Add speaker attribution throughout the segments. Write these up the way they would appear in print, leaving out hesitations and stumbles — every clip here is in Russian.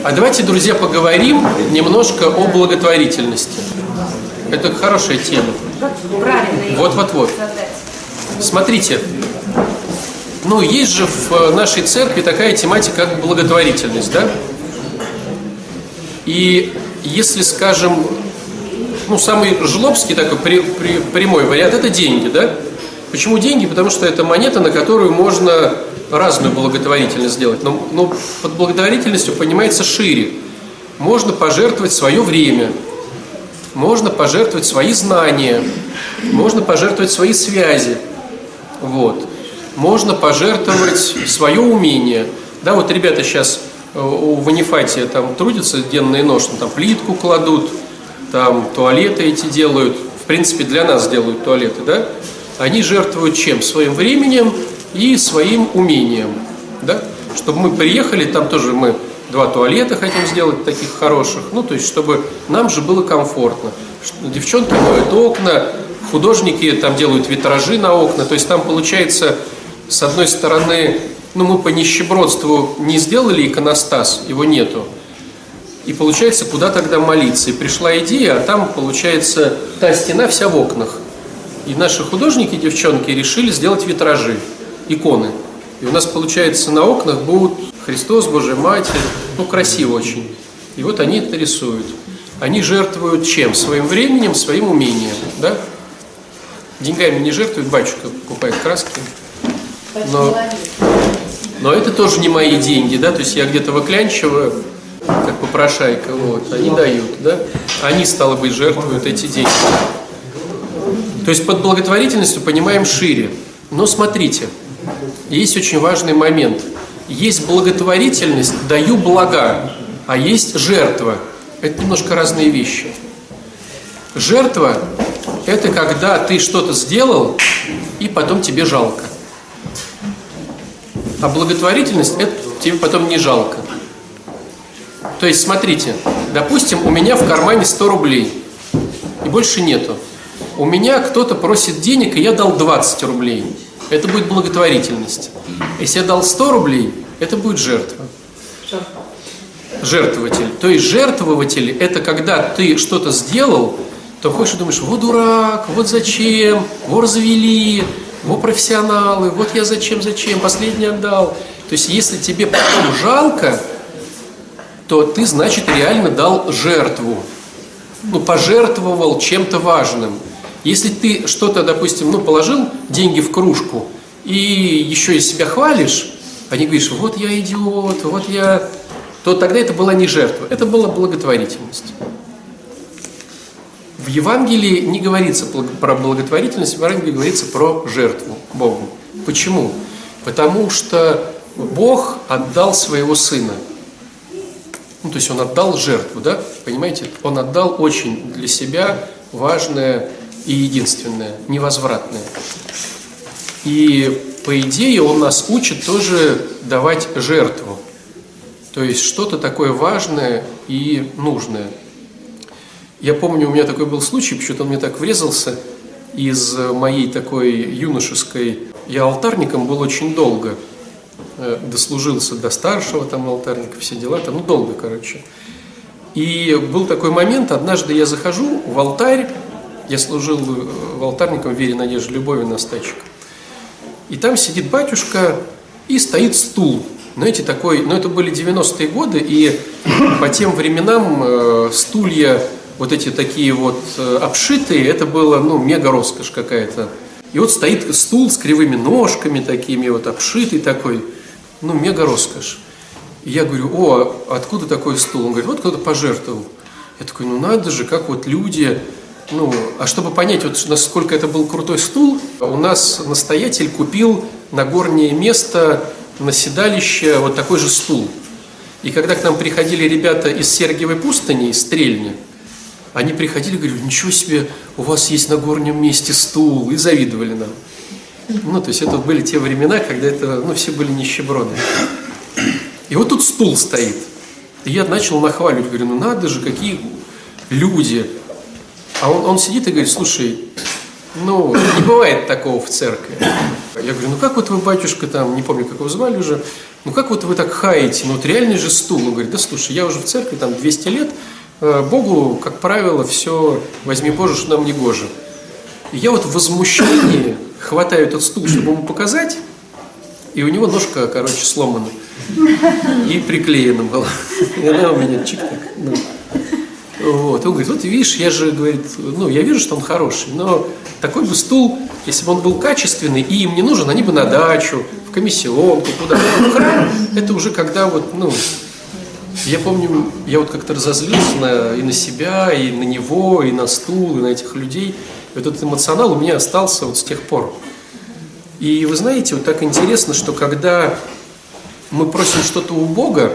Speaker 1: А давайте, друзья, поговорим немножко о благотворительности. Это хорошая тема. Вот. Смотрите, есть же в нашей церкви такая тематика, как благотворительность, да? И если, скажем, самый жлобский такой прямой вариант – это деньги, да? Почему деньги? Потому что это монета, на которую можно разную благотворительность сделать. Но под благотворительностью понимается шире. Можно пожертвовать свое время, можно пожертвовать свои знания, можно пожертвовать свои связи, можно пожертвовать свое умение. Да, вот ребята сейчас в Анифате там трудятся денно и ношно, там плитку кладут, там туалеты эти делают, в принципе для нас делают туалеты, да? Они жертвуют чем? Своим временем и своим умением, да? Чтобы мы приехали, там тоже мы 2 туалета хотим сделать таких хороших, то есть чтобы нам же было комфортно. Девчонки моют окна, художники там делают витражи на окна, то есть там получается, с одной стороны, мы по нищебродству не сделали иконостас, его нету. И получается, куда тогда молиться? И пришла идея, а там, получается, та стена вся в окнах. И наши художники, девчонки, решили сделать витражи, иконы. И у нас, получается, на окнах будут Христос, Божья Матерь, красиво очень. И вот они это рисуют. Они жертвуют чем? Своим временем, своим умением, да? Деньгами не жертвуют, батюшка покупает краски. Но это тоже не мои деньги, да? То есть я где-то выклянчиваю, как попрошайка, они дают, да? Они, стало быть, жертвуют эти деньги. То есть под благотворительностью понимаем шире. Но смотрите, есть очень важный момент. Есть благотворительность, даю блага, а есть жертва. Это немножко разные вещи. Жертва – это когда ты что-то сделал, и потом тебе жалко. А благотворительность – это тебе потом не жалко. То есть, смотрите, допустим, у меня в кармане 100 рублей, и больше нету. У меня кто-то просит денег, и я дал 20 рублей. Это будет благотворительность. Если я дал 100 рублей, это будет жертва. Жертвователь. То есть жертвователь – это когда ты что-то сделал, то ходишь и думаешь, вот дурак, вот зачем, вот развели, вот профессионалы, вот я зачем, последний отдал. То есть если тебе потом жалко, то ты, значит, реально дал жертву. Пожертвовал чем-то важным. Если ты что-то, допустим, положил деньги в кружку и еще из себя хвалишь, а не говоришь, вот я идиот, то тогда это была не жертва, это была благотворительность. В Евангелии не говорится про благотворительность, в Евангелии говорится про жертву Богу. Почему? Потому что Бог отдал своего Сына. То есть Он отдал жертву, да? Понимаете? Он отдал очень для себя важное и единственное, невозвратное. И по идее Он нас учит тоже давать жертву. То есть что-то такое важное и нужное. Я помню, у меня такой был случай, почему-то он мне так врезался из моей такой юношеской... Я алтарником был очень долго. Дослужился до старшего там алтарника, все дела там, долго, короче. И был такой момент, однажды я захожу в алтарь, я служил в алтарником в Вере, Надежде, Любови Настачек. И там сидит батюшка, и стоит стул. Знаете, такой, это были 90-е годы, и по тем временам стулья, вот эти такие вот обшитые, это было, мега роскошь какая-то. И вот стоит стул с кривыми ножками такими, вот обшитый такой, мега роскошь. И я говорю, откуда такой стул? Он говорит, вот кто-то пожертвовал. Я такой, надо же, как вот люди... а чтобы понять, насколько это был крутой стул, у нас настоятель купил на горнее место, на седалище, вот такой же стул. И когда к нам приходили ребята из Сергиевой пустыни, из Стрельни, они приходили и говорили, ничего себе, у вас есть на горнем месте стул, и завидовали нам. То есть это были те времена, когда это, все были нищеброды. И вот тут стул стоит. И я начал нахваливать, говорю, надо же, какие люди. А он сидит и говорит, слушай, не бывает такого в церкви. Я говорю, как вот вы, батюшка, там, не помню, как его звали уже, ну как вот вы так хаете, ну вот реальный же стул. Он говорит, да слушай, я уже в церкви там 200 лет, Богу, как правило, все возьми Боже, что нам не гоже. И я вот в возмущении хватаю этот стул, чтобы ему показать, и у него ножка, короче, сломана и приклеена была. И она у меня чик так, ну. Вот. Он говорит, вот видишь, я же, говорит, ну, я вижу, что он хороший, но такой бы стул, если бы он был качественный и им не нужен, они бы на дачу, в комиссионку, куда-то. Ну, храм, это уже когда вот, ну, я помню, я вот как-то разозлился и на себя, и на него, и на стул, и на этих людей. И вот этот эмоционал у меня остался вот с тех пор. И вы знаете, вот так интересно, что когда мы просим что-то у Бога,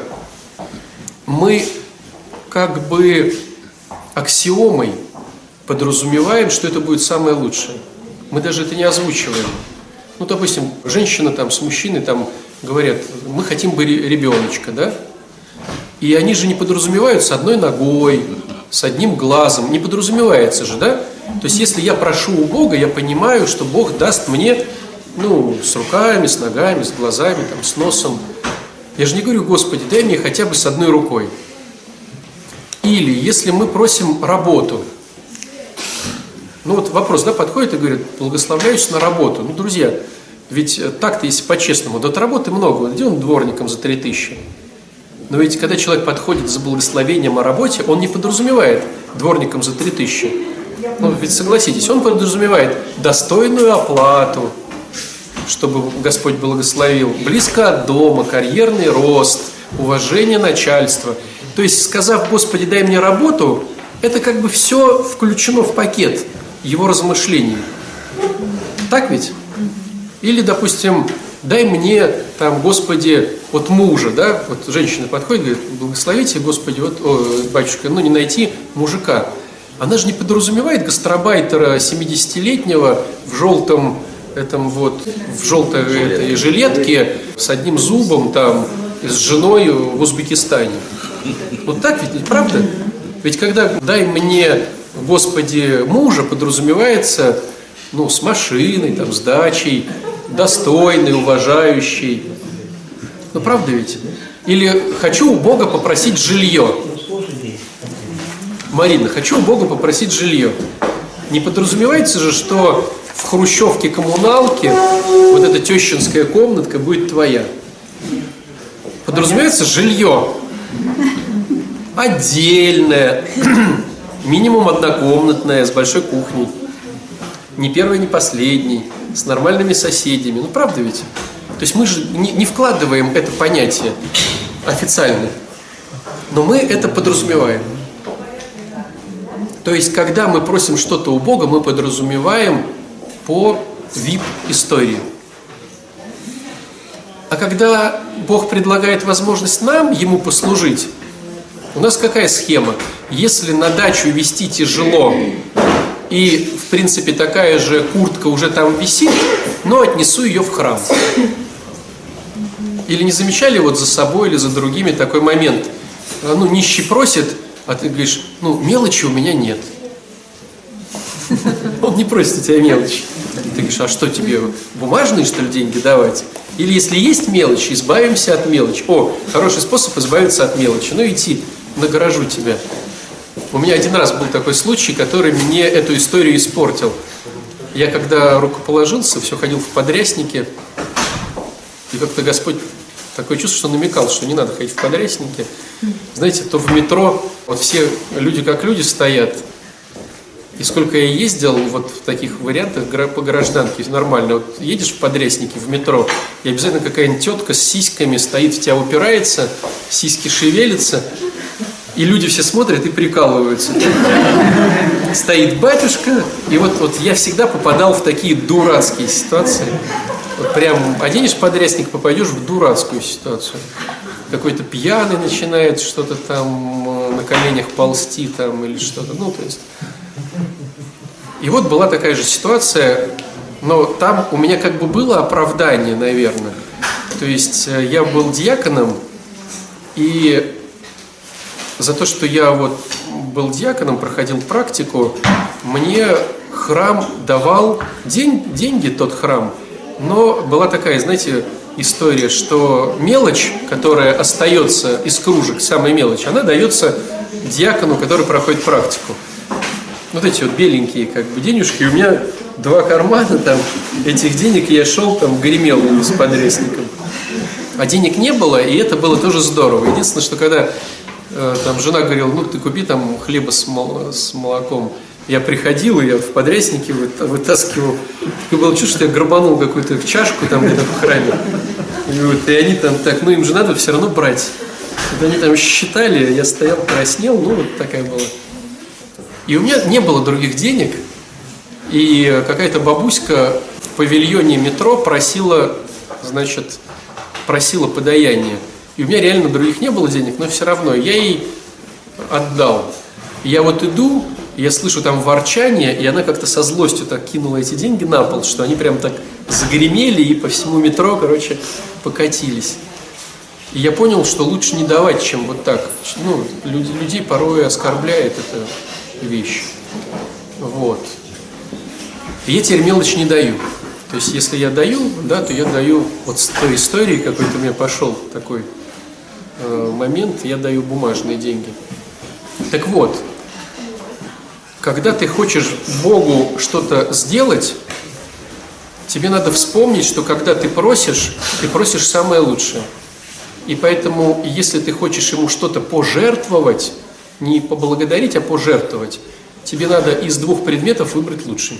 Speaker 1: мы как бы аксиомой подразумеваем, что это будет самое лучшее. Мы даже это не озвучиваем. Ну, допустим, женщина там с мужчиной там говорят, мы хотим бы ребеночка, да? И они же не подразумевают с одной ногой, с одним глазом. Не подразумевается же, да? То есть, если я прошу у Бога, я понимаю, что Бог даст мне, ну, с руками, с ногами, с глазами, там, с носом. Я же не говорю, Господи, дай мне хотя бы с одной рукой. Или, если мы просим работу. Ну, вот вопрос, да, подходит и говорит, благословляюсь на работу. Ну, друзья, ведь так-то, если по-честному, вот работы много. Где он дворником за 3000? Но ведь, когда человек подходит за благословением о работе, он не подразумевает дворником за 3000. Ну, ведь согласитесь, он подразумевает достойную оплату, чтобы Господь благословил, близко от дома, карьерный рост, уважение начальства. То есть, сказав, Господи, дай мне работу, это как бы все включено в пакет его размышлений. Так ведь? Или, допустим, дай мне, там, Господи, от мужа, да, вот женщина подходит, говорит, благословите, Господи, вот, батюшка, ну, не найти мужика. Она же не подразумевает гастарбайтера 70-летнего в желтом, в желтой этой жилетке с одним зубом, там, с женой в Узбекистане. Вот так ведь, правда? Ведь когда дай мне, Господи, мужа, подразумевается, ну, с машиной, там, с дачей, достойный, уважающий. Ну, правда ведь? Или хочу у Бога попросить жилье. Марина, хочу у Бога попросить жилье. Не подразумевается же, что в хрущевке коммуналки вот эта тещинская комнатка будет твоя. Подразумевается жилье. Отдельное. Минимум однокомнатное, с большой кухней. Не первый, не последний. С нормальными соседями. Ну, правда ведь? То есть мы же не вкладываем это понятие официально. Но мы это подразумеваем. То есть, когда мы просим что-то у Бога, мы подразумеваем по VIP-истории. А когда Бог предлагает возможность нам Ему послужить, у нас какая схема? Если на дачу везти тяжело, и, в принципе, такая же куртка уже там висит, но отнесу ее в храм. Или не замечали вот за собой или за другими такой момент? Ну, нищий просит, а ты говоришь, ну, мелочи у меня нет. Он не просит у тебя мелочи. Ты говоришь, а что тебе, бумажные, что ли, деньги давать? Или если есть мелочи, избавимся от мелочи. О, хороший способ избавиться от мелочи. Ну, идти, нагоражу тебя. У меня один раз был такой случай, который мне эту историю испортил. Я когда рукоположился, все ходил в подряснике, и как-то Господь такое чувство, что намекал, что не надо ходить в подряснике. Знаете, то в метро вот все люди как люди стоят. И сколько я ездил вот в таких вариантах по гражданке, нормально. Вот едешь в подряснике в метро, и обязательно какая-нибудь тетка с сиськами стоит, в тебя упирается, сиськи шевелятся, и люди все смотрят и прикалываются. Стоит батюшка, и вот я всегда попадал в такие дурацкие ситуации. Вот прям оденешь подрясник, попадешь в дурацкую ситуацию. Какой-то пьяный начинает что-то там на коленях ползти там или что-то. Ну, то есть. И вот была такая же ситуация, но там у меня как бы было оправдание, наверное. То есть я был диаконом, и за то, что я вот был диаконом, проходил практику, мне храм давал деньги, тот храм, но была такая, знаете, история, что мелочь, которая остается из кружек, самая мелочь, она дается диакону, который проходит практику. Вот эти вот беленькие как бы денежки, у меня 2 кармана там этих денег, я шел там, гремел с подрезником. А денег не было, и это было тоже здорово. Единственное, что когда там жена говорила, ну ты купи там хлеба с молоком, я приходил, и я в подрезнике вытаскивал. Такое было чувство, что я грабанул какую-то чашку там где-то в храме. И они там так, ну им же надо все равно брать. Вот они там считали, я стоял, краснел, ну вот такая была. И у меня не было других денег, и какая-то бабуська в павильоне метро просила, значит, подаяние. И у меня реально других не было денег, но все равно я ей отдал. И я вот иду, я слышу там ворчание, и она как-то со злостью так кинула эти деньги на пол, что они прям так загремели и по всему метро, короче, покатились. И я понял, что лучше не давать, чем вот так. Ну, людей порой оскорбляет эта вещь. Вот. И я теперь мелочь не даю. То есть, если я даю, да, то я даю вот с той истории, какой-то у меня пошел такой момент, я даю бумажные деньги. Так вот, когда ты хочешь Богу что-то сделать, тебе надо вспомнить, что когда ты просишь самое лучшее. И поэтому, если ты хочешь Ему что-то пожертвовать, не поблагодарить, а пожертвовать, тебе надо из 2 предметов выбрать лучший.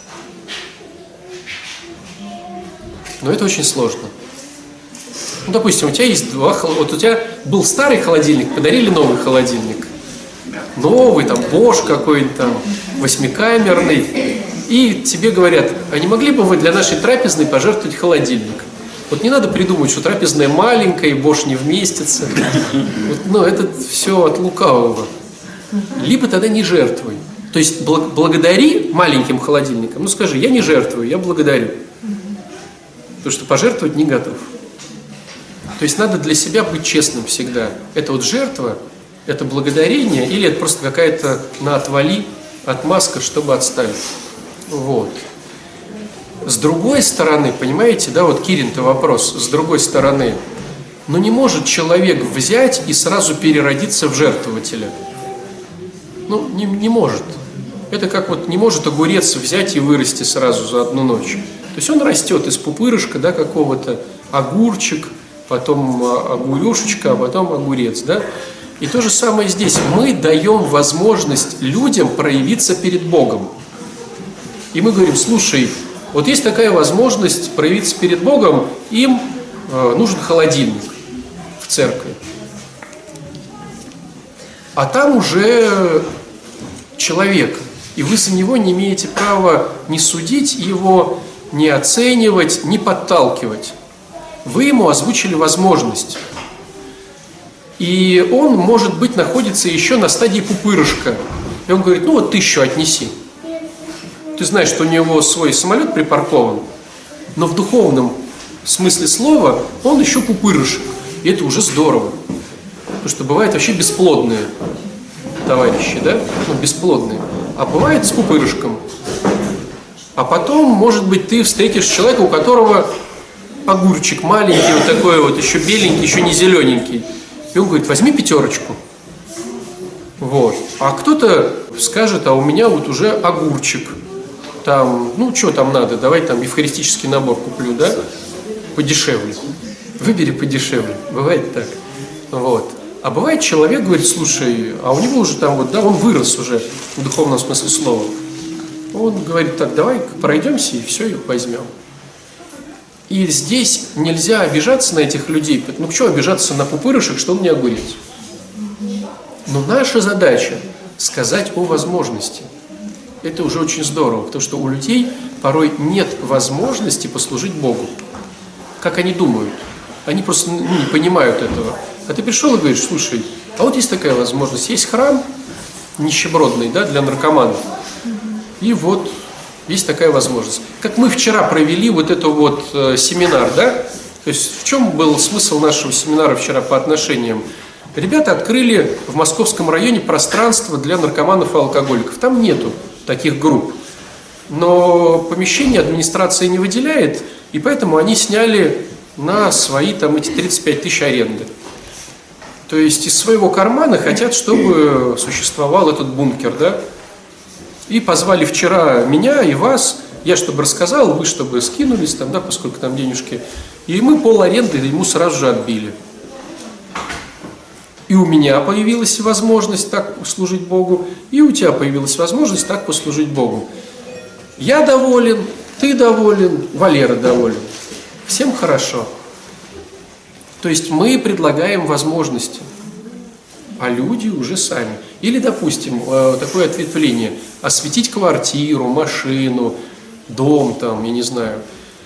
Speaker 1: Но это очень сложно. Ну, допустим, у тебя есть 2 вот у тебя был старый холодильник, подарили новый холодильник. Новый, там, Bosch какой-нибудь там, 8-камерный. И тебе говорят, а не могли бы вы для нашей трапезной пожертвовать холодильник? Вот не надо придумать, что трапезная маленькая, и Bosch не вместится. Вот, ну, это все от лукавого. Либо тогда не жертвуй. То есть благодари маленьким холодильником. Ну скажи, я не жертвую, я благодарю. Потому что пожертвовать не готов. То есть надо для себя быть честным всегда. Это вот жертва, это благодарение, или это просто какая-то на отвали отмазка, чтобы отставить. Вот. С другой стороны, понимаете, да, вот Кирин-то вопрос, с другой стороны, но не может человек взять и сразу переродиться в жертвователя. Ну, не может. Это как вот не может огурец взять и вырасти сразу за одну ночь. То есть он растет из пупырышка, да, какого-то, огурчик, потом огурюшечка, а потом огурец, да. И то же самое здесь. Мы даем возможность людям проявиться перед Богом. И мы говорим, слушай, вот есть такая возможность проявиться перед Богом, им нужен холодильник в церкви. А там уже человек, и вы за него не имеете права не судить его, не оценивать, не подталкивать. Вы ему озвучили возможность. И он, может быть, находится еще на стадии пупырышка. И он говорит, ну вот 1000 отнеси. Ты знаешь, что у него свой самолет припаркован, но в духовном смысле слова он еще пупырышек. И это уже здорово. Потому что бывают вообще бесплодные товарищи, да? Ну, бесплодные. А бывает с пупырышком. А потом, может быть, ты встретишь человека, у которого огурчик маленький, вот такой вот, еще беленький, еще не зелененький. И он говорит, возьми 5. Вот. А кто-то скажет, а у меня вот уже огурчик. Там, ну, что там надо, давай там евхаристический набор куплю, да? Подешевле. Выбери подешевле. Бывает так. Вот. А бывает человек говорит, слушай, а у него уже там вот, да, он вырос уже в духовном смысле слова. Он говорит, так, давай пройдемся и все, их возьмем. И здесь нельзя обижаться на этих людей. Ну, что обижаться на пупырышек, что он не огурец? Но наша задача сказать о возможности. Это уже очень здорово, потому что у людей порой нет возможности послужить Богу. Как они думают. Они просто не понимают этого. А ты пришел и говоришь, слушай, а вот есть такая возможность. Есть храм нищебродный, да, для наркоманов. И вот есть такая возможность. Как мы вчера провели вот это вот семинар, да? То есть в чем был смысл нашего семинара вчера по отношениям? Ребята открыли в Московском районе пространство для наркоманов и алкоголиков. Там нету таких групп. Но помещение администрация не выделяет, и поэтому они сняли на свои там эти 35 тысяч аренды. То есть из своего кармана хотят, чтобы существовал этот бункер, да? И позвали вчера меня и вас, я чтобы рассказал, вы чтобы скинулись там, да, поскольку там денежки, и мы пол аренды ему сразу же отбили. И у меня появилась возможность так служить Богу, и у тебя появилась возможность так послужить Богу. Я доволен, ты доволен, Валера доволен. Всем хорошо. То есть мы предлагаем возможности, а люди уже сами. Или, допустим, такое ответвление: осветить квартиру, машину, дом, там, я не знаю.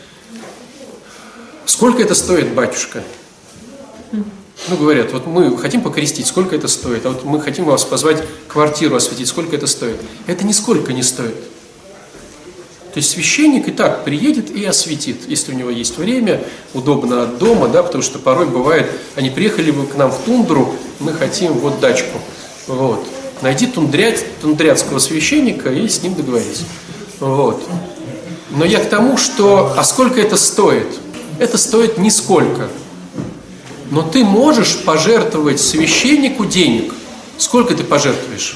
Speaker 1: Сколько это стоит, батюшка? Ну, говорят, вот мы хотим покрестить, сколько это стоит? А вот мы хотим вас позвать квартиру осветить, сколько это стоит? Это нисколько не стоит. То есть священник и так приедет и осветит, если у него есть время, удобно от дома, да, потому что порой бывает, они приехали бы к нам в тундру, мы хотим вот дачку. Вот. Найди тундрядского священника и с ним договорись. Вот. Но я к тому, что, а сколько это стоит? Это стоит нисколько. Но ты можешь пожертвовать священнику денег. Сколько ты пожертвуешь?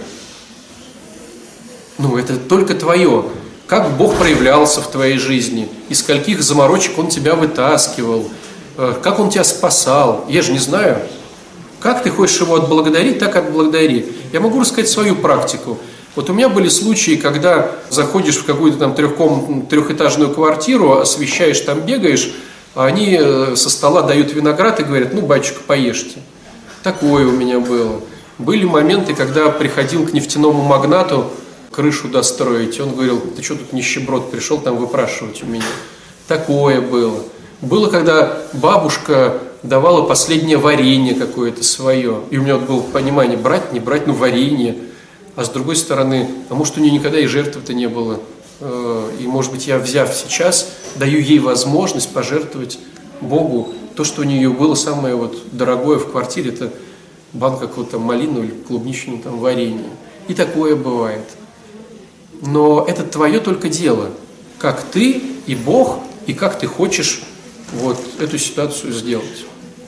Speaker 1: Ну, это только твое. Как Бог проявлялся в твоей жизни, из скольких заморочек Он тебя вытаскивал, как Он тебя спасал. Я же не знаю. Как ты хочешь Его отблагодарить, так отблагодари. Я могу рассказать свою практику. Вот у меня были случаи, когда заходишь в какую-то там трехэтажную квартиру, освещаешь, там бегаешь, а они со стола дают виноград и говорят: ну, батюшка, поешьте. Такое у меня было. Были моменты, когда приходил к нефтяному магнату крышу достроить, он говорил: ты что тут нищеброд пришел там выпрашивать у меня? Такое было. Было, когда бабушка давала последнее варенье какое-то свое, и у меня вот было понимание: брать, не брать, ну варенье. А с другой стороны, а может, у нее никогда и жертвы-то не было. И, может быть, я, взяв сейчас, даю ей возможность пожертвовать Богу то, что у нее было самое вот дорогое в квартире, это банка какого-то малинового или клубничного там варенья. И такое бывает. Но это твое только дело, как ты и Бог, и как ты хочешь вот эту ситуацию сделать.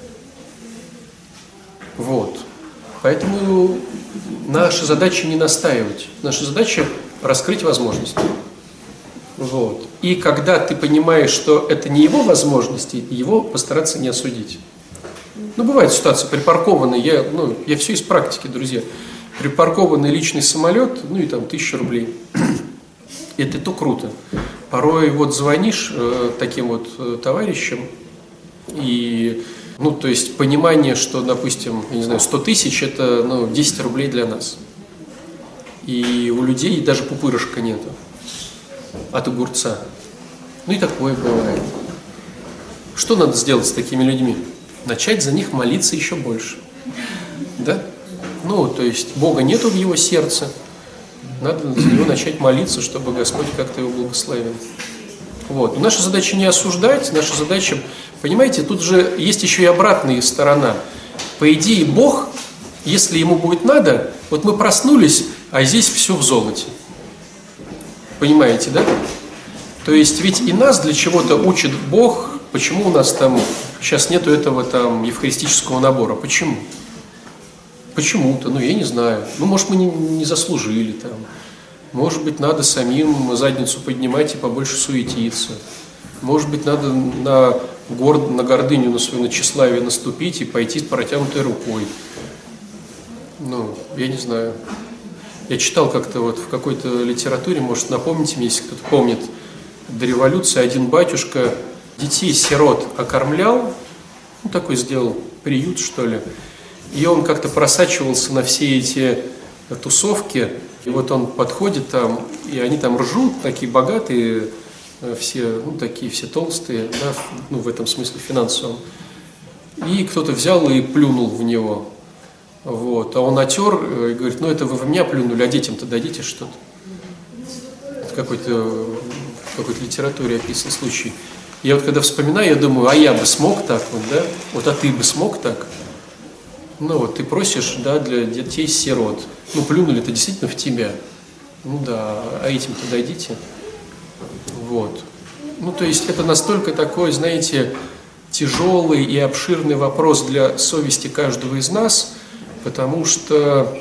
Speaker 1: Вот. Поэтому наша задача не настаивать, наша задача раскрыть возможности. Вот. И когда ты понимаешь, что это не его возможности, его постараться не осудить. Ну, бывает ситуация, припаркованный, я все из практики, друзья. Припаркованный личный самолет, ну и там 1000 рублей. Это то круто. Порой вот звонишь таким вот товарищам, и, ну, то есть понимание, что, допустим, я не знаю, 100 тысяч это, 10 рублей для нас. И у людей даже пупырышка нету от огурца. Ну и такое бывает. Что надо сделать с такими людьми? Начать за них молиться еще больше. Да? Ну, то есть Бога нету в его сердце. Надо за него начать молиться, чтобы Господь как-то его благословил. Вот. Но наша задача не осуждать, наша задача, понимаете, тут же есть еще и обратная сторона. По идее, Бог, если ему будет надо, вот мы проснулись, а здесь все в золоте. Понимаете, да? То есть ведь и нас для чего-то учит Бог, почему у нас там сейчас нету этого там евхаристического набора. Почему? Почему-то, я не знаю. Может, мы не заслужили там. Может быть, надо самим задницу поднимать и побольше суетиться. Может быть, надо на гордыню, на свое тщеславие наступить и пойти с протянутой рукой. Я не знаю. Я читал как-то вот в какой-то литературе, может, напомните мне, если кто-то помнит, до революции один батюшка детей-сирот окормлял, такой сделал приют, что ли. И он как-то просачивался на все эти тусовки, и вот он подходит там, и они там ржут, такие богатые, все, такие все толстые, да, в этом смысле финансовом. И кто-то взял и плюнул в него. Вот. А он отер и говорит: это вы в меня плюнули, а детям-то дадите что-то. Это в какой-то литературе описан случай. Я вот когда вспоминаю, я думаю: а я бы смог так, да? А ты бы смог так? Ты просишь, да, для детей-сирот. Плюнули-то действительно в тебя. А этим-то дадите. Вот. То есть это настолько такое, знаете, тяжелый и обширный вопрос для совести каждого из нас, потому что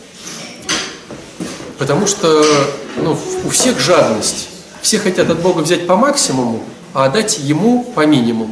Speaker 1: у всех жадность. Все хотят от Бога взять по максимуму, а отдать Ему по минимуму.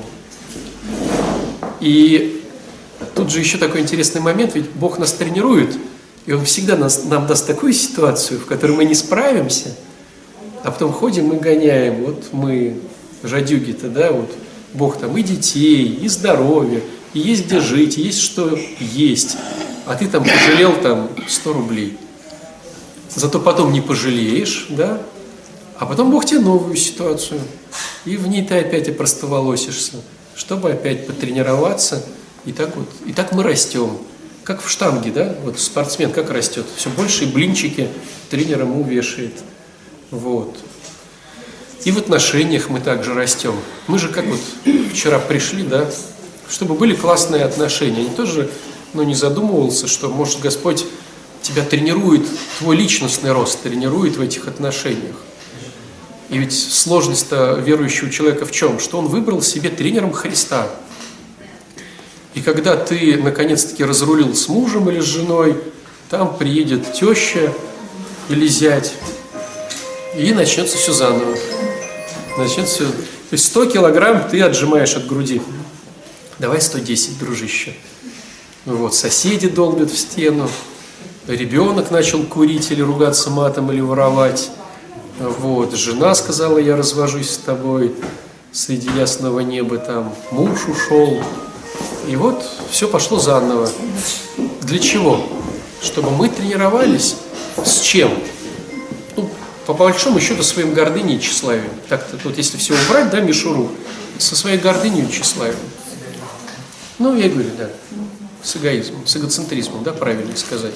Speaker 1: И тут же еще такой интересный момент, ведь Бог нас тренирует, и Он всегда нам даст такую ситуацию, в которой мы не справимся, а потом ходим и гоняем. Вот мы, жадюги-то, да, вот Бог там и детей, и здоровье, и есть где жить, и есть что есть, а ты там пожалел там 100 рублей. Зато потом не пожалеешь, да, а потом Бог тебе новую ситуацию, и в ней ты опять опростоволосишься, чтобы опять потренироваться, и так мы растем. Как в штанге, да, вот спортсмен как растет, все больше блинчики тренер ему вешает, вот. И в отношениях мы также растем. Мы же как вот вчера пришли, да, чтобы были классные отношения. Я тоже, не задумывался, что, может, Господь тебя тренирует, твой личностный рост тренирует в этих отношениях. И ведь сложность-то верующего человека в чем? Что он выбрал себе тренером Христа. И когда ты, наконец-таки, разрулил с мужем или с женой, там приедет теща или зять, и начнется все заново. Начнется все. То есть 100 килограмм ты отжимаешь от груди. Давай 110, дружище. Вот, соседи долбят в стену, ребенок начал курить или ругаться матом, или воровать. Вот, жена сказала, я развожусь с тобой среди ясного неба, там, муж ушел. И вот все пошло заново. Для чего? Чтобы мы тренировались с чем? По большому счету, своим гордыней и тщеславием. Так-то тут, если все убрать, да, мишуру, со своей гордыней и тщеславием. Я говорю, да, с эгоизмом, с эгоцентризмом, да, правильно сказать.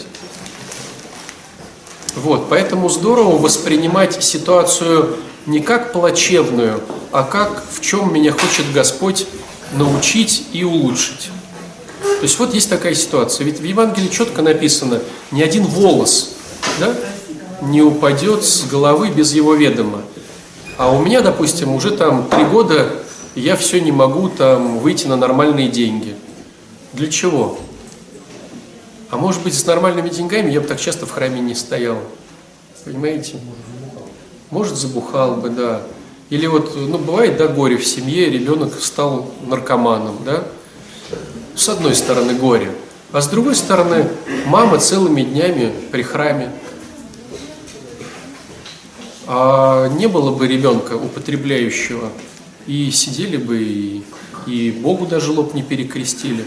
Speaker 1: Вот, поэтому здорово воспринимать ситуацию не как плачевную, а как в чем меня хочет Господь научить и улучшить. То есть вот есть такая ситуация. Ведь в Евангелии четко написано, ни один волос, да, не упадет с головы без его ведома. А у меня, допустим, уже там 3 года, я все не могу там выйти на нормальные деньги. Для чего? А может быть, с нормальными деньгами я бы так часто в храме не стоял. Понимаете? Может, забухал бы, да. Или вот, бывает, да, горе в семье, ребенок стал наркоманом, да. С одной стороны горе, а с другой стороны мама целыми днями при храме. А не было бы ребенка употребляющего, и сидели бы, и Богу даже лоб не перекрестили.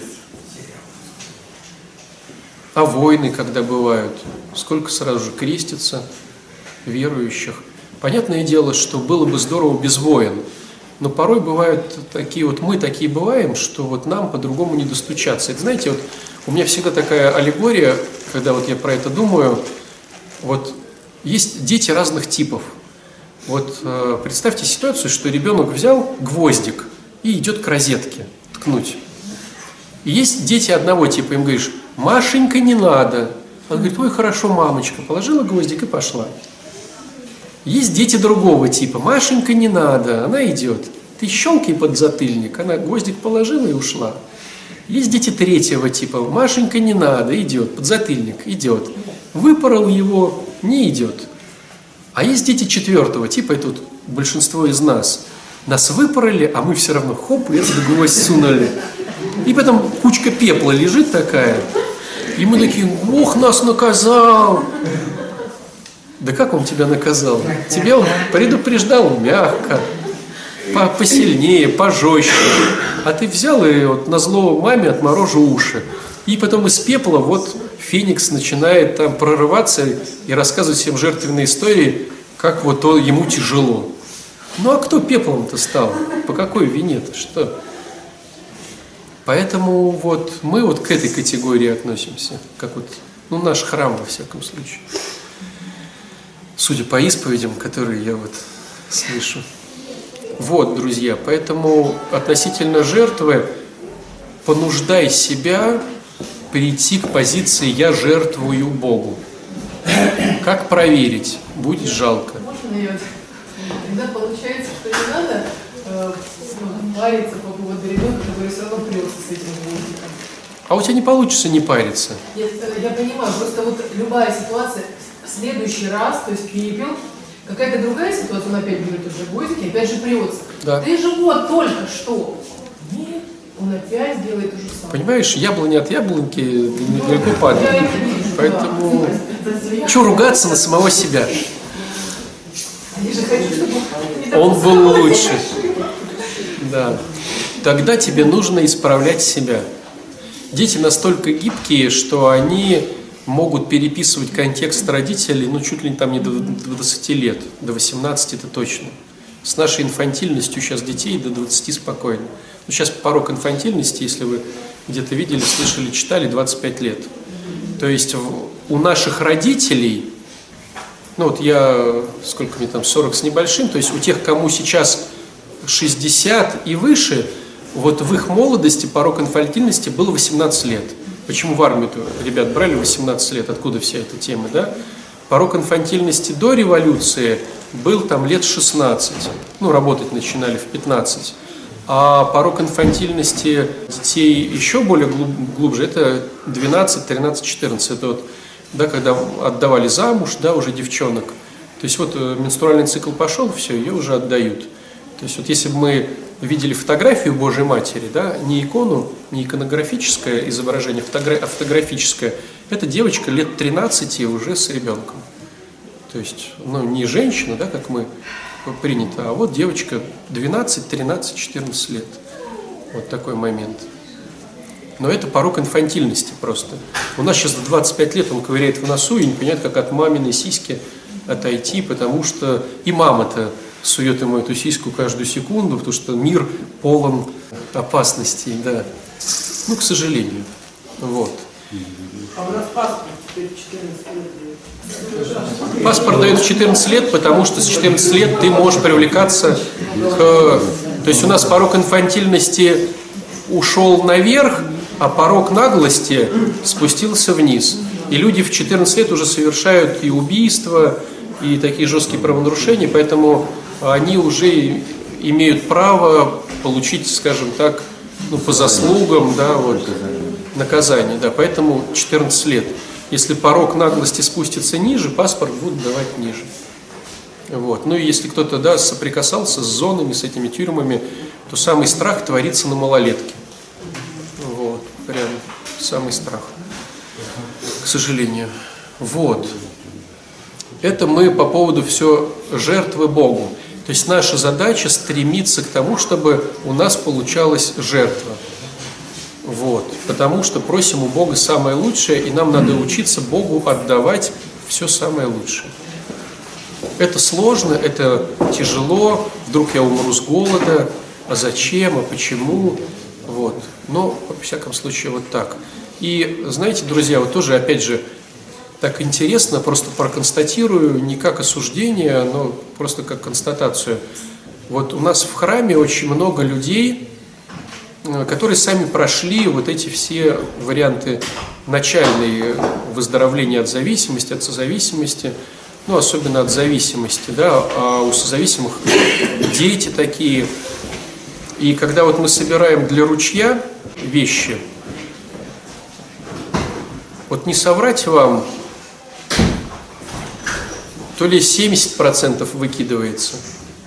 Speaker 1: А войны, когда бывают, сколько сразу же крестится верующих. Понятное дело, что было бы здорово без войн, но порой бывают такие, вот мы такие бываем, что вот нам по-другому не достучаться. Это, знаете, вот у меня всегда такая аллегория, когда вот я про это думаю, вот есть дети разных типов. Вот представьте ситуацию, что ребенок взял гвоздик и идет к розетке ткнуть. И есть дети одного типа, им говоришь, Машенька, не надо. Он говорит, ой, хорошо, мамочка, положила гвоздик и пошла. Есть дети другого типа, Машенька, не надо, она идет. Ты щелкай подзатыльник, она гвоздик положила и ушла. Есть дети третьего типа, Машенька, не надо, идет, подзатыльник, идет. Выпорол его, не идет. А есть дети четвертого типа, и тут большинство из нас. Нас выпороли, а мы все равно хоп, и этот гвоздь сунули. И потом кучка пепла лежит такая. И мы такие, Бог нас наказал. Да как он тебя наказал? Тебя он предупреждал мягко, посильнее, пожестче. А ты взял и вот назло маме отморожу уши. И потом из пепла вот Феникс начинает там прорываться и рассказывать всем жертвенные истории, как вот ему тяжело. Ну а кто пеплом-то стал? По какой вине-то? Что? Поэтому вот мы вот к этой категории относимся, как вот, наш храм во всяком случае. Судя по исповедям, которые я вот слышу. Вот, друзья, поэтому относительно жертвы понуждай себя перейти к позиции «я жертвую Богу». Как проверить? Будет жалко.
Speaker 2: Тогда получается, что не надо париться по поводу ребенка, который все равно прется с этим гвоздиком.
Speaker 1: А у тебя не получится не париться.
Speaker 2: Я понимаю, просто вот любая ситуация, в следующий раз, то есть перепел, какая-то другая ситуация, он опять берет уже гвоздики, опять же прется.
Speaker 1: Да.
Speaker 2: Ты же вот только что. Нет, он опять делает то же самое.
Speaker 1: Понимаешь, яблоня от яблоньки недалеко
Speaker 2: Я
Speaker 1: падает.
Speaker 2: это вижу,
Speaker 1: Поэтому
Speaker 2: да.
Speaker 1: чего ругаться на самого себя?
Speaker 2: Я же хочу, чтобы не
Speaker 1: Он был
Speaker 2: допускала
Speaker 1: лучше.
Speaker 2: ошибок.
Speaker 1: Да. Тогда тебе нужно исправлять себя. Дети настолько гибкие, что они могут переписывать контекст родителей, ну, чуть ли не там не до 20 лет, до 18 это точно. С нашей инфантильностью сейчас детей до 20 спокойно. Ну, сейчас порог инфантильности, если вы где-то видели, слышали, читали, 25 лет. То есть у наших родителей, ну вот я, сколько мне там, 40 с небольшим, то есть у тех, кому сейчас 60 и выше, вот в их молодости порог инфантильности был 18 лет. Почему в армию-то ребят брали 18 лет? Откуда вся эта тема, да? Порог инфантильности до революции был там лет 16. Ну, работать начинали в 15. А порог инфантильности детей еще более глубже, это 12, 13, 14. Это вот, да, когда отдавали замуж, да, уже девчонок. То есть вот менструальный цикл пошел, все, ее уже отдают. То есть вот если бы мы видели фотографию Божьей Матери, да, не икону, не иконографическое изображение, а фотографическое, это девочка лет 13 уже с ребенком. То есть, ну, не женщина, да, как мы принято, а вот девочка 12, 13, 14 лет. Вот такой момент. Но это порог инфантильности просто. У нас сейчас в 25 лет он ковыряет в носу и не понимает, как от маминой сиськи отойти, потому что и мама-то сует ему эту сиську каждую секунду, потому что мир полон опасностей, да. Ну, к сожалению. Вот.
Speaker 2: А у нас паспорт теперь 14 лет.
Speaker 1: Паспорт дают в 14 лет, потому что с 14 лет ты можешь привлекаться к... То есть у нас порог инфантильности ушел наверх, а порог наглости спустился вниз. И люди в 14 лет уже совершают и убийства, и такие жесткие правонарушения, поэтому они уже имеют право получить, скажем так, ну, по заслугам, да, вот, наказание. Да, поэтому 14 лет. Если порог наглости спустится ниже, паспорт будут давать ниже. Вот. Ну и если кто-то, да, соприкасался с зонами, с этими тюрьмами, то самый страх творится на малолетке. Вот. Прям самый страх. К сожалению. Вот. Это мы по поводу все жертвы Богу. То есть наша задача стремиться к тому, чтобы у нас получалась жертва. Вот. Потому что просим у Бога самое лучшее, и нам надо учиться Богу отдавать все самое лучшее. Это сложно, это тяжело, вдруг я умру с голода, а зачем, а почему, вот. Но, во всяком случае, вот так. И, знаете, друзья, вот тоже, опять же, так интересно, просто проконстатирую, не как осуждение, но просто как констатацию. Вот у нас в храме очень много людей, которые сами прошли вот эти все варианты начальные выздоровления от зависимости, от созависимости, ну, особенно от зависимости, да, а у созависимых дети такие. И когда вот мы собираем для ручья вещи, вот не соврать вам, то ли 70% выкидывается,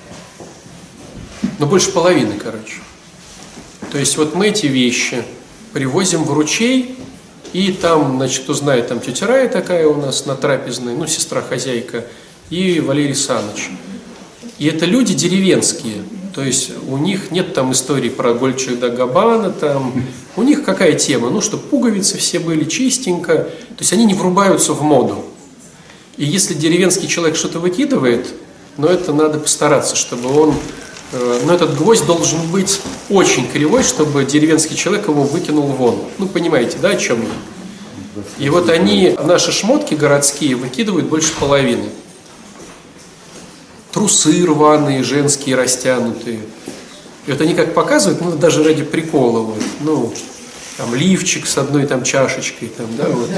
Speaker 1: но больше половины, короче. То есть вот мы эти вещи привозим в ручей, и там, значит, кто знает, там тетя Рая такая у нас на трапезной, ну, сестра-хозяйка, и Валерий Саныч. И это люди деревенские, то есть у них нет там истории про Дольче да Габбана, там, у них какая тема? Ну, что пуговицы все были чистенько, то есть они не врубаются в моду. И если деревенский человек что-то выкидывает, но это надо постараться, чтобы он... Но этот гвоздь должен быть очень кривой, чтобы деревенский человек его выкинул вон. Ну, понимаете, да, о чем я? И вот они, наши шмотки городские, выкидывают больше половины. Трусы рваные, женские, растянутые. И вот они как показывают, ну, даже ради прикола, вот, ну, там, лифчик с одной там чашечкой, там, да, вот.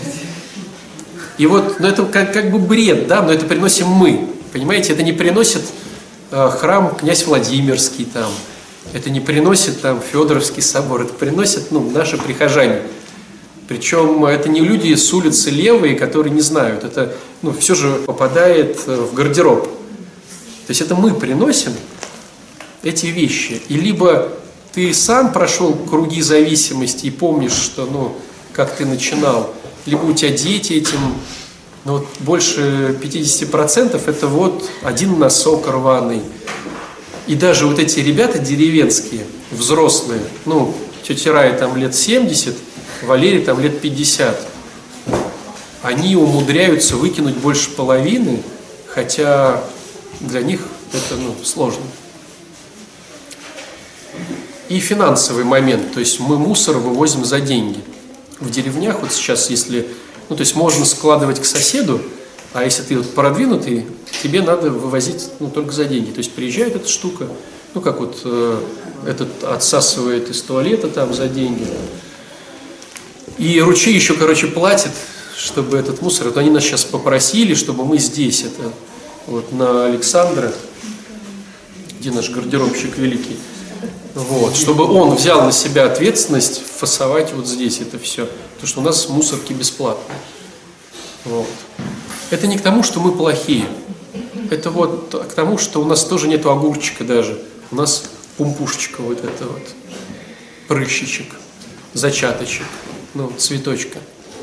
Speaker 1: И вот, ну, это как бы бред, да, но это приносим мы, понимаете, это не приносит храм князь Владимирский там, Это не приносит там Федоровский собор, это приносят наши прихожане. Причем это не люди с улицы левые, которые не знают. Это все же попадает в гардероб. То есть это мы приносим эти вещи. И либо ты сам прошел круги зависимости и помнишь, что как ты начинал, либо у тебя дети этим, больше 50% это один носок рваный. И даже вот эти ребята деревенские, взрослые, тетя Рая там лет 70, Валерий там лет 50, они умудряются выкинуть больше половины, хотя для них это сложно. И финансовый момент, то есть мы мусор вывозим за деньги. В деревнях сейчас, если, то есть можно складывать к соседу, а если ты продвинутый, тебе надо вывозить только за деньги. То есть приезжает эта штука, как этот отсасывает из туалета там за деньги. И ручей еще, платит, чтобы этот мусор, они нас сейчас попросили, чтобы мы здесь, на Александра, где наш гардеробщик великий, чтобы он взял на себя ответственность фасовать здесь это все. Потому что у нас мусорки бесплатные. Это не к тому, что мы плохие. Это к тому, что у нас тоже нету огурчика даже. У нас пумпушечка прыщичек, зачаточек, цветочка.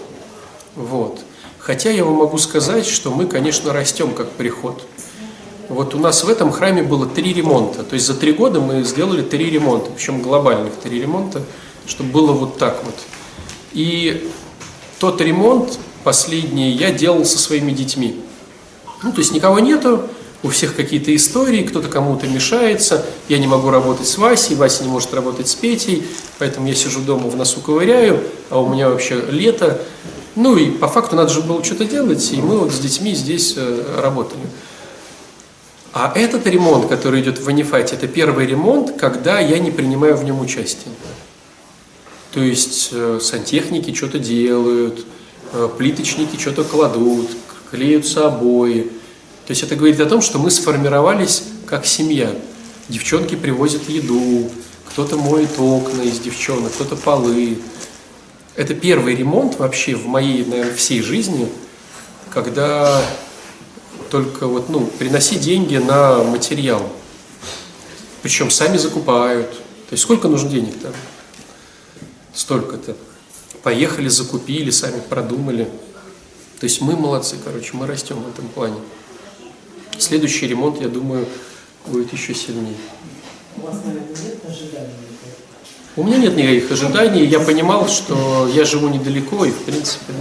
Speaker 1: Хотя я вам могу сказать, что мы, конечно, растем как приход. У нас в этом храме было 3 ремонта. То есть за 3 года мы сделали 3 ремонта, причем глобальных 3 ремонта, чтобы было так. И тот ремонт последний я делал со своими детьми. То есть никого нету, у всех какие-то истории, кто-то кому-то мешается, я не могу работать с Васей, Вася не может работать с Петей, поэтому я сижу дома в носу ковыряю, а у меня вообще лето. И по факту надо же было что-то делать, и мы с детьми здесь работали. А этот ремонт, который идет в Анифате, это первый ремонт, когда я не принимаю в нем участие. То есть сантехники что-то делают, плиточники что-то кладут, клеются обои. То есть это говорит о том, что мы сформировались как семья. Девчонки привозят еду, кто-то моет окна из девчонок, кто-то полы. Это первый ремонт вообще в моей, наверное, всей жизни, когда только приноси деньги на материал. Причем сами закупают. То есть сколько нужно денег там? Столько-то. Поехали, закупили, сами продумали. То есть мы молодцы, мы растем в этом плане. Следующий ремонт, я думаю, будет еще сильнее.
Speaker 3: У вас, наверное, нет ожиданий?
Speaker 1: У меня нет никаких ожиданий. Я понимал, что я живу недалеко, и в принципе,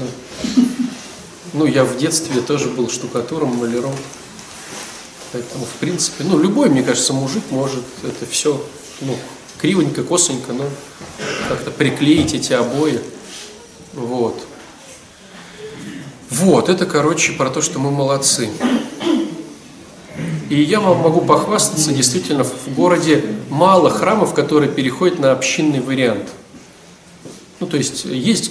Speaker 1: я в детстве тоже был штукатуром, маляром. Поэтому, в принципе, любой, мне кажется, мужик может это все, кривонько, косонько, но как-то приклеить эти обои. Это, про то, что мы молодцы. И я вам могу похвастаться, действительно, в городе мало храмов, которые переходят на общинный вариант. То есть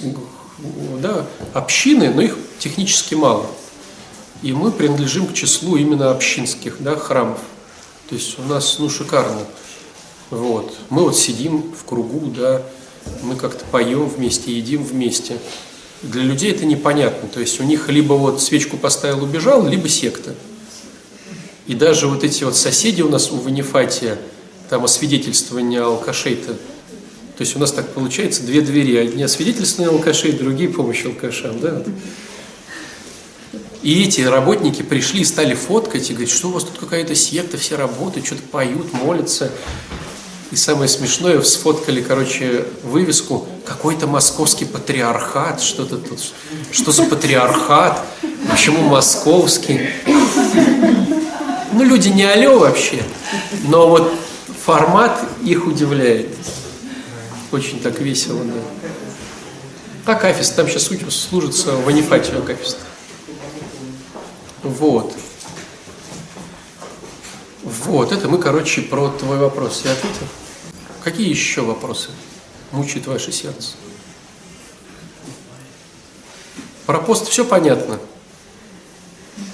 Speaker 1: общины, но их технически мало. И мы принадлежим к числу именно общинских храмов. То есть у нас шикарно. Мы сидим в кругу, мы как-то поем вместе, едим вместе. Для людей это непонятно. То есть у них либо свечку поставил, убежал, либо секта. И даже эти соседи у нас в Анифате, там освидетельствование алкашей-то. То есть у нас так получается 2 двери. Одни освидетельствование алкашей, другие помощь алкашам. И эти работники пришли и стали фоткать, и говорят, что у вас тут какая-то секта, все работают, что-то поют, молятся. И самое смешное, сфоткали, вывеску, какой-то московский патриархат, что-то тут, что за патриархат, почему московский. Люди не алё вообще, но формат их удивляет. Очень так весело, да. Акафист, там сейчас служится в Анифате акафист. Это мы, про твой вопрос. Я ответил? Какие еще вопросы мучают ваше сердце? Про пост все понятно.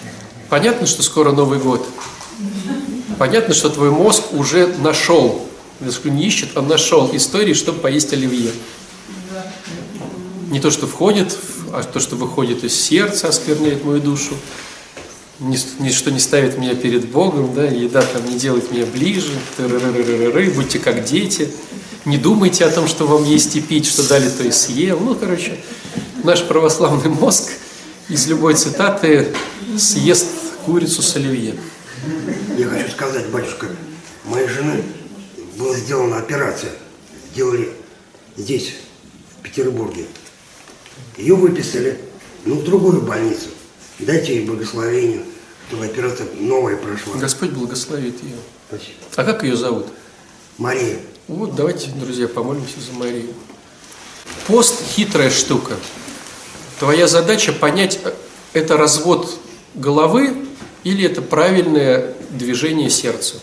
Speaker 1: Понятно, что скоро Новый год. Понятно, что твой мозг уже нашел Если не ищет, он нашел истории, чтобы поесть оливье. Не то, что входит, а то, что выходит из сердца, оскверняет мою душу. Ничто не ставит меня перед Богом, да, еда там не делает меня ближе, будьте как дети, не думайте о том, что вам есть и пить, что дали, то и съел. Ну, короче, наш православный мозг из любой цитаты съест курицу с оливье.
Speaker 4: Я хочу сказать, батюшка, моей жены была сделана операция, делали здесь, в Петербурге. Ее выписали, в другую больницу. Дайте ей благословение, чтобы операция новая прошла.
Speaker 1: Господь благословит ее.
Speaker 4: Спасибо.
Speaker 1: А как ее зовут?
Speaker 4: Мария.
Speaker 1: Вот, давайте, друзья, помолимся за Марию. Пост – хитрая штука. Твоя задача понять, это развод головы или это правильное движение сердца.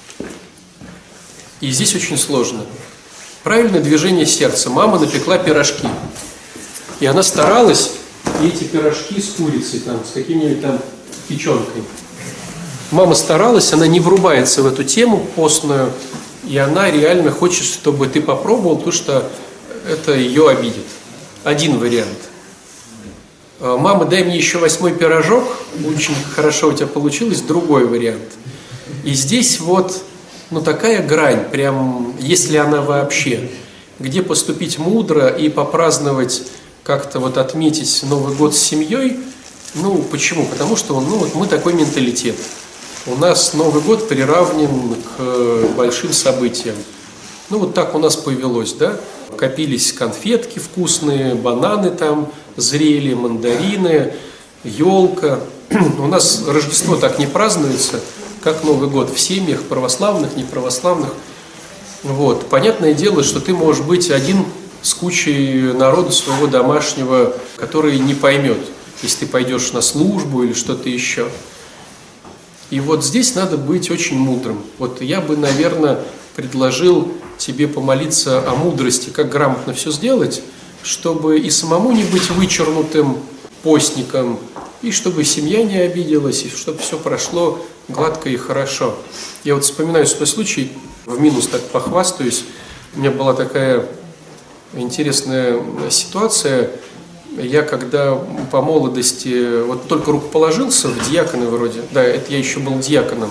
Speaker 1: И здесь очень сложно. Правильное движение сердца. Мама напекла пирожки. И она старалась, и эти пирожки с курицей, там, с какими-нибудь там печенкой. Мама старалась, она не врубается в эту тему постную, и она реально хочет, чтобы ты попробовал, потому что это ее обидит. Один вариант. Мама, дай мне еще 8-й пирожок, очень хорошо у тебя получилось, другой вариант. И здесь вот, такая грань, прям, если она вообще, где поступить мудро и попраздновать, как-то вот отметить Новый год с семьей. Почему? Потому что мы такой менталитет. У нас Новый год приравнен к большим событиям. Вот так у нас повелось, да? Копились конфетки вкусные, бананы там зрели, мандарины, елка. У нас Рождество так не празднуется, как Новый год в семьях, православных, неправославных. Понятное дело, что ты можешь быть один с кучей народа своего домашнего, который не поймет, если ты пойдешь на службу или что-то еще. И вот здесь надо быть очень мудрым. Я бы, наверное, предложил тебе помолиться о мудрости, как грамотно все сделать, чтобы и самому не быть вычернутым постником, и чтобы семья не обиделась, и чтобы все прошло гладко и хорошо. Я вспоминаю свой случай, в минус так похвастаюсь, у меня была такая интересная ситуация. Я когда по молодости, только рукоположился в диаконы вроде, да, это я еще был диаконом.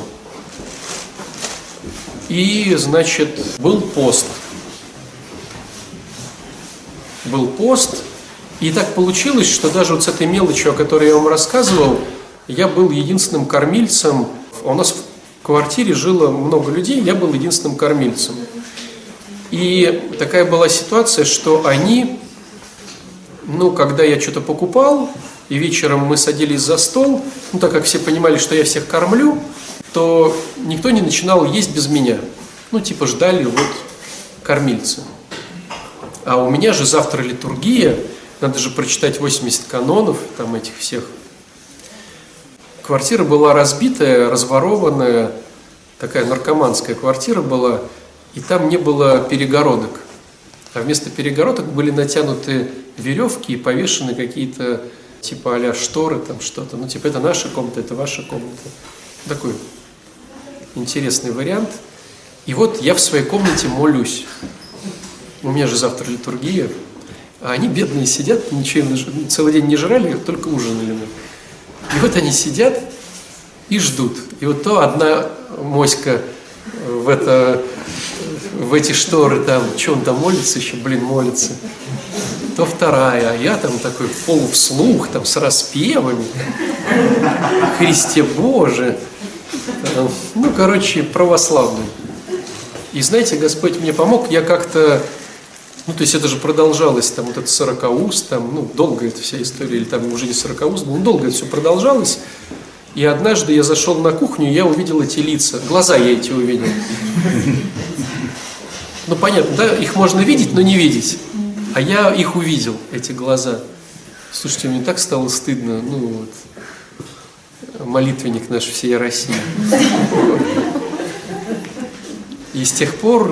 Speaker 1: И, был пост. И так получилось, что даже с этой мелочью, о которой я вам рассказывал, я был единственным кормильцем. У нас в квартире жило много людей, я был единственным кормильцем. И такая была ситуация, что они, когда я что-то покупал, и вечером мы садились за стол, так как все понимали, что я всех кормлю, то никто не начинал есть без меня. Ждали кормильца. А у меня же завтра литургия, надо же прочитать 80 канонов, там этих всех. Квартира была разбитая, разворованная, такая наркоманская квартира была, и там не было перегородок. А вместо перегородок были натянуты веревки и повешены какие-то типа а-ля шторы, там что-то. Это наша комната, это ваша комната. Такой интересный вариант. И я в своей комнате молюсь. У меня же завтра литургия. А они бедные сидят, ничего целый день не жрали, только ужинали. И они сидят и ждут. И то одна моська в эти шторы там, что он там молится еще, молится. То вторая, а я там такой полувслух, там с распевами. Христе Боже. Православный. И знаете, Господь мне помог, я как-то, то есть это же продолжалось, там этот 40 уст, там, долго эта вся история, или там уже не 40 уст, долго это все продолжалось. И однажды я зашел на кухню, и я увидел эти лица, глаза я эти увидел. Понятно, да, их можно видеть, но не видеть. А я их увидел, эти глаза. Слушайте, мне так стало стыдно, молитвенник наш всей России. И с тех пор,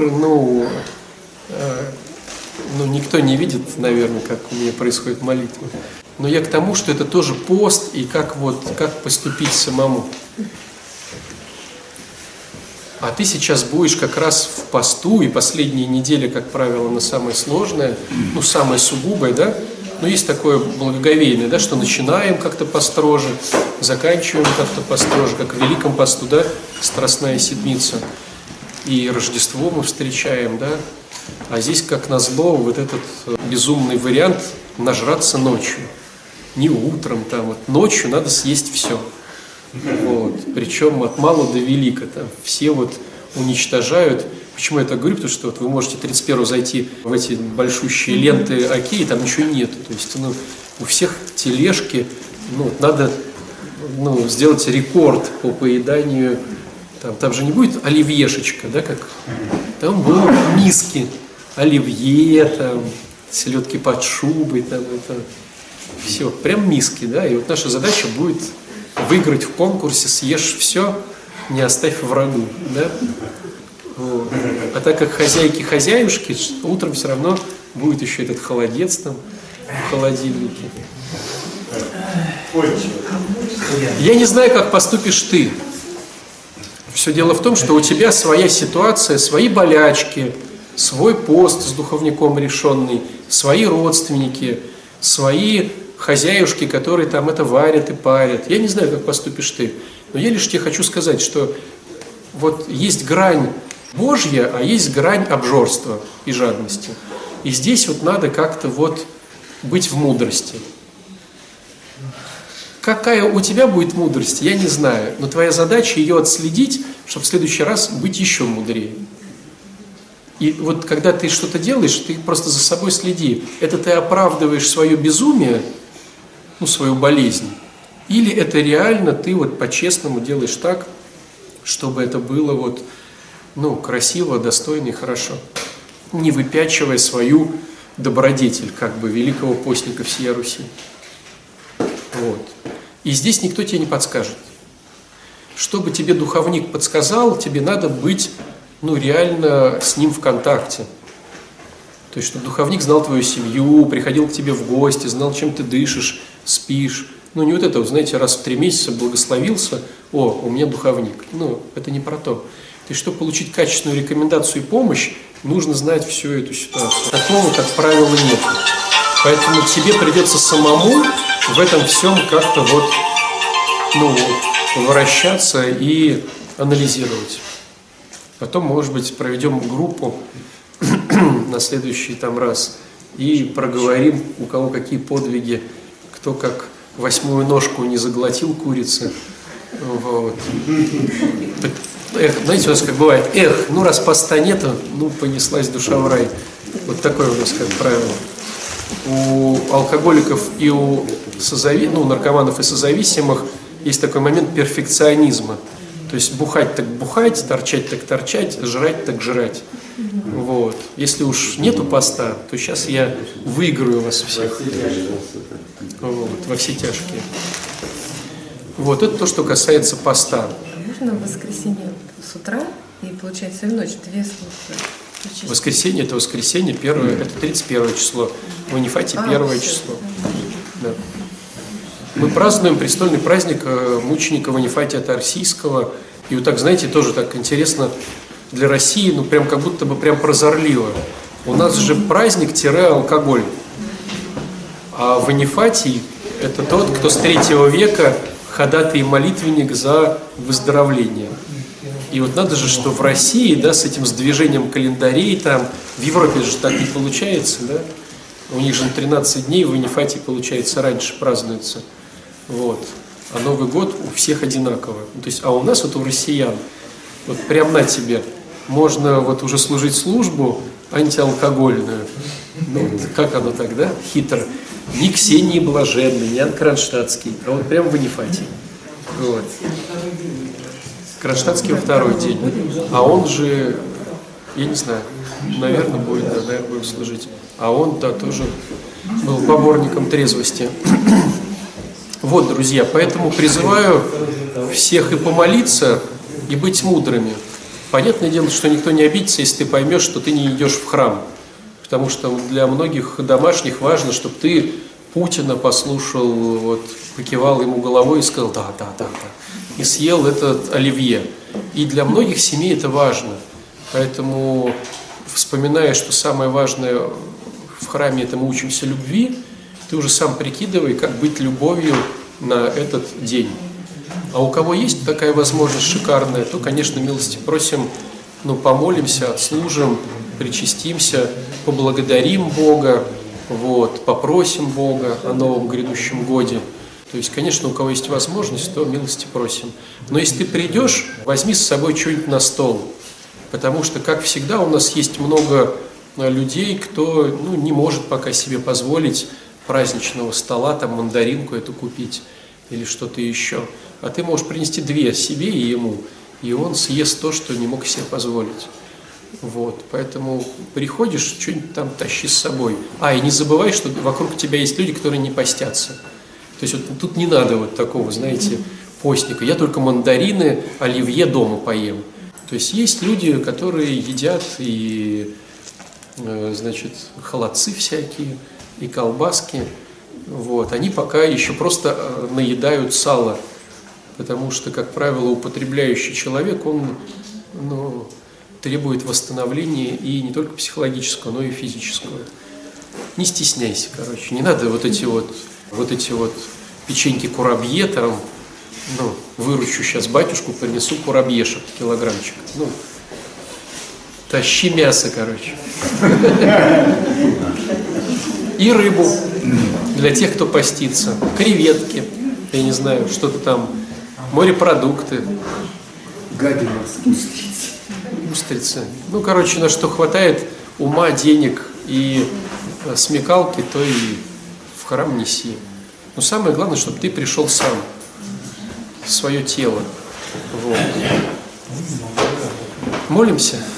Speaker 1: никто не видит, наверное, как у меня происходит молитва. Но я к тому, что это тоже пост, и как поступить самому. А ты сейчас будешь как раз в посту, и последние недели, как правило, на самое сложное, ну, самое сугубое, да? Но есть такое благоговейное, да, что начинаем как-то построже, заканчиваем как-то построже, как в Великом посту, да, Страстная Седмица. И Рождество мы встречаем, да? А здесь, как назло, вот этот безумный вариант нажраться ночью. Не утром, там, вот ночью надо съесть все. Вот. Причем от мала до велика. Там все вот уничтожают. Почему я так говорю? Потому что вот вы можете 31-го зайти в эти большущие ленты Оки, и там ничего нет. То есть ну, у всех тележки, ну, надо сделать рекорд по поеданию. Там же не будет оливьешечка, да, как там будут миски, оливье, там, селедки под шубой, там, это все, прям миски, да, и вот наша задача будет выиграть в конкурсе, съешь все, не оставь врагу, да. Вот. А так как хозяюшки, утром все равно будет еще этот холодец там в холодильнике. Я не знаю, как поступишь ты. Все дело в том, что у тебя своя ситуация, свои болячки, свой пост с духовником решенный, свои родственники, свои хозяюшки, которые там это варят и парят. Я не знаю, как поступишь ты, но я лишь тебе хочу сказать, что вот есть грань Божья, а есть грань обжорства и жадности. И здесь вот надо как-то вот быть в мудрости. Какая у тебя будет мудрость, я не знаю, но твоя задача ее отследить, чтобы в следующий раз быть еще мудрее. И вот когда ты что-то делаешь, ты просто за собой следи. Это ты оправдываешь свое безумие, ну, свою болезнь, или это реально ты вот по-честному делаешь так, чтобы это было вот, ну, красиво, достойно и хорошо, не выпячивая свою добродетель, как бы великого постника всей Руси. Вот. И здесь никто тебе не подскажет. Чтобы тебе духовник подсказал, тебе надо быть, ну, реально с ним в контакте. То есть, чтобы духовник знал твою семью, приходил к тебе в гости, знал, чем ты дышишь, спишь. Ну, не вот это, вот, знаете, раз в 3 месяца благословился, о, у меня духовник. Ну, это не про то. То есть, чтобы получить качественную рекомендацию и помощь, нужно знать всю эту ситуацию. Такого, как правило, нет. Поэтому тебе придется самому в этом всем как-то вот, ну, вращаться и анализировать. Потом, может быть, проведем группу на следующий там раз и проговорим, у кого какие подвиги, кто как 8-ю ножку не заглотил курицы. Вот. Эх, знаете, у нас как бывает, ну раз поста нету, ну понеслась душа в рай. Вот такое у нас, как правило. У алкоголиков и у наркоманов и созависимых есть такой момент перфекционизма. То есть бухать так бухать, торчать так торчать, жрать так жрать. Вот. Если уж нету поста, то сейчас я выиграю вас всех. Вот, во все тяжкие. Вот, это то, что касается поста.
Speaker 5: Можно в воскресенье с утра и получается в ночь 2 службы?
Speaker 1: Воскресенье – это воскресенье, это 31 число. В Анифате 1 число. Да. Мы празднуем престольный праздник мученика Ванифатия Тарсийского. И вот так, знаете, тоже так интересно для России, ну прям как будто бы прям прозорливо. У нас же праздник-алкоголь. А Ванифатий – это тот, кто с 3 века ходатай и молитвенник за выздоровление. И вот надо же, что в России, да, с этим сдвижением календарей, там, в Европе же так не получается, да? У них же 13 дней в Ванифатии, получается, раньше празднуется. Вот. А Новый год у всех одинаково. Ну, то есть, а у нас вот у россиян, вот прям на тебе, можно вот уже служить службу антиалкогольную. Ну, вот, как оно так, да? Хитро. Ни Ксении Блаженной, ни Иоанн Кронштадтский, а вот прям в Ванифатии. Вот. Кронштадтский во 2-й день. А он же, я не знаю, наверное, будет, да, наверное, будем служить. А он, да, тоже был поборником трезвости. Вот, друзья, поэтому призываю всех и помолиться, и быть мудрыми. Понятное дело, что никто не обидится, если ты поймешь, что ты не идешь в храм. Потому что для многих домашних важно, чтобы ты Путина послушал, вот, покивал ему головой и сказал да, и съел этот оливье. И для многих семей это важно. Поэтому, вспоминая, что самое важное в храме это мы учимся любви, ты уже сам прикидывай, как быть любовью на этот день. А у кого есть такая возможность шикарная, то, конечно, милости просим, помолимся, отслужим, причастимся, поблагодарим Бога, вот, попросим Бога о новом грядущем годе. То есть, конечно, у кого есть возможность, то милости просим. Но если ты придешь, возьми с собой что-нибудь на стол. Потому что, как всегда, у нас есть много людей, кто не может пока себе позволить праздничного стола, там мандаринку эту купить или что-то еще. А ты можешь принести 2 себе и ему, и он съест то, что не мог себе позволить. Вот, поэтому приходишь, что-нибудь там тащи с собой. И не забывай, что вокруг тебя есть люди, которые не постятся. То есть вот тут не надо вот такого, знаете, постника. Я только мандарины, оливье дома поем. То есть люди, которые едят и, значит, холодцы всякие, и колбаски. Вот. Они пока еще просто наедают сало. Потому что, как правило, употребляющий человек, он требует восстановления и не только психологического, но и физического. Не стесняйся, не надо вот эти вот печеньки курабье там, выручу сейчас батюшку, принесу курабьешек, килограммчик. Тащи мясо, И рыбу для тех, кто постится. Креветки, я не знаю, что-то там, морепродукты.
Speaker 4: Гадина,
Speaker 1: устрицы. На что хватает ума, денег и смекалки, то и в храм неси. Но самое главное, чтобы ты пришел сам в свое тело. Вот. Молимся.